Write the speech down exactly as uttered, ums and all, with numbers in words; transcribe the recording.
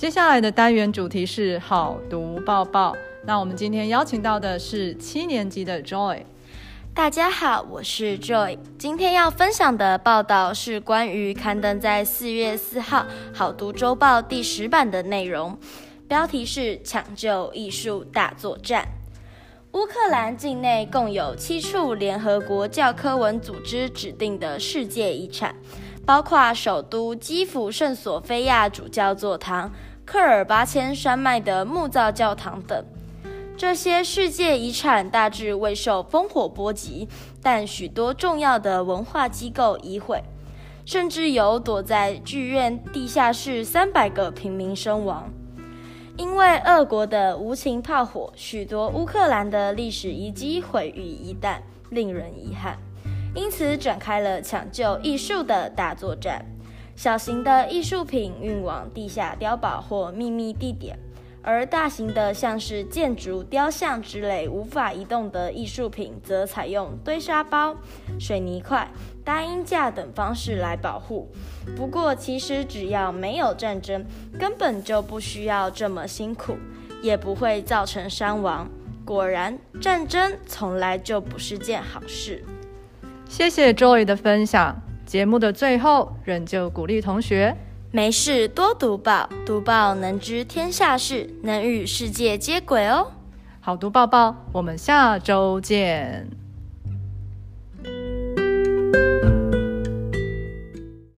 接下来的单元主题是好读报报。那我们今天邀请到的是七年级的 Joy。 大家好，我是 Joy。今天要分享的报道是关于刊登在四月四号《好读周报》第十版的内容，标题是抢救艺术大作战。乌克兰境内共有七处联合国教科文组织指定的世界遗产，包括首都基辅圣索菲亚主教座堂、科尔巴阡山脉的木造教堂等。这些世界遗产大致未受烽火波及，但许多重要的文化机构已毁，甚至有躲在剧院地下室三百个平民身亡。因为俄国的无情炮火，许多乌克兰的历史遗迹毁于一旦，令人遗憾。因此展开了抢救艺术的大作战，小型的艺术品运往地下碉堡或秘密地点，而大型的像是建筑、雕像之类无法移动的艺术品则采用堆沙包、水泥块、搭鹰架等方式来保护。不过其实只要没有战争，根本就不需要这么辛苦，也不会造成伤亡。果然，战争从来就不是件好事。 谢谢 Joy 的分享。节目的最后，仍旧鼓励同学没事多读报，读报能知天下事，能与世界接轨哦。 好读报报，我们下周见。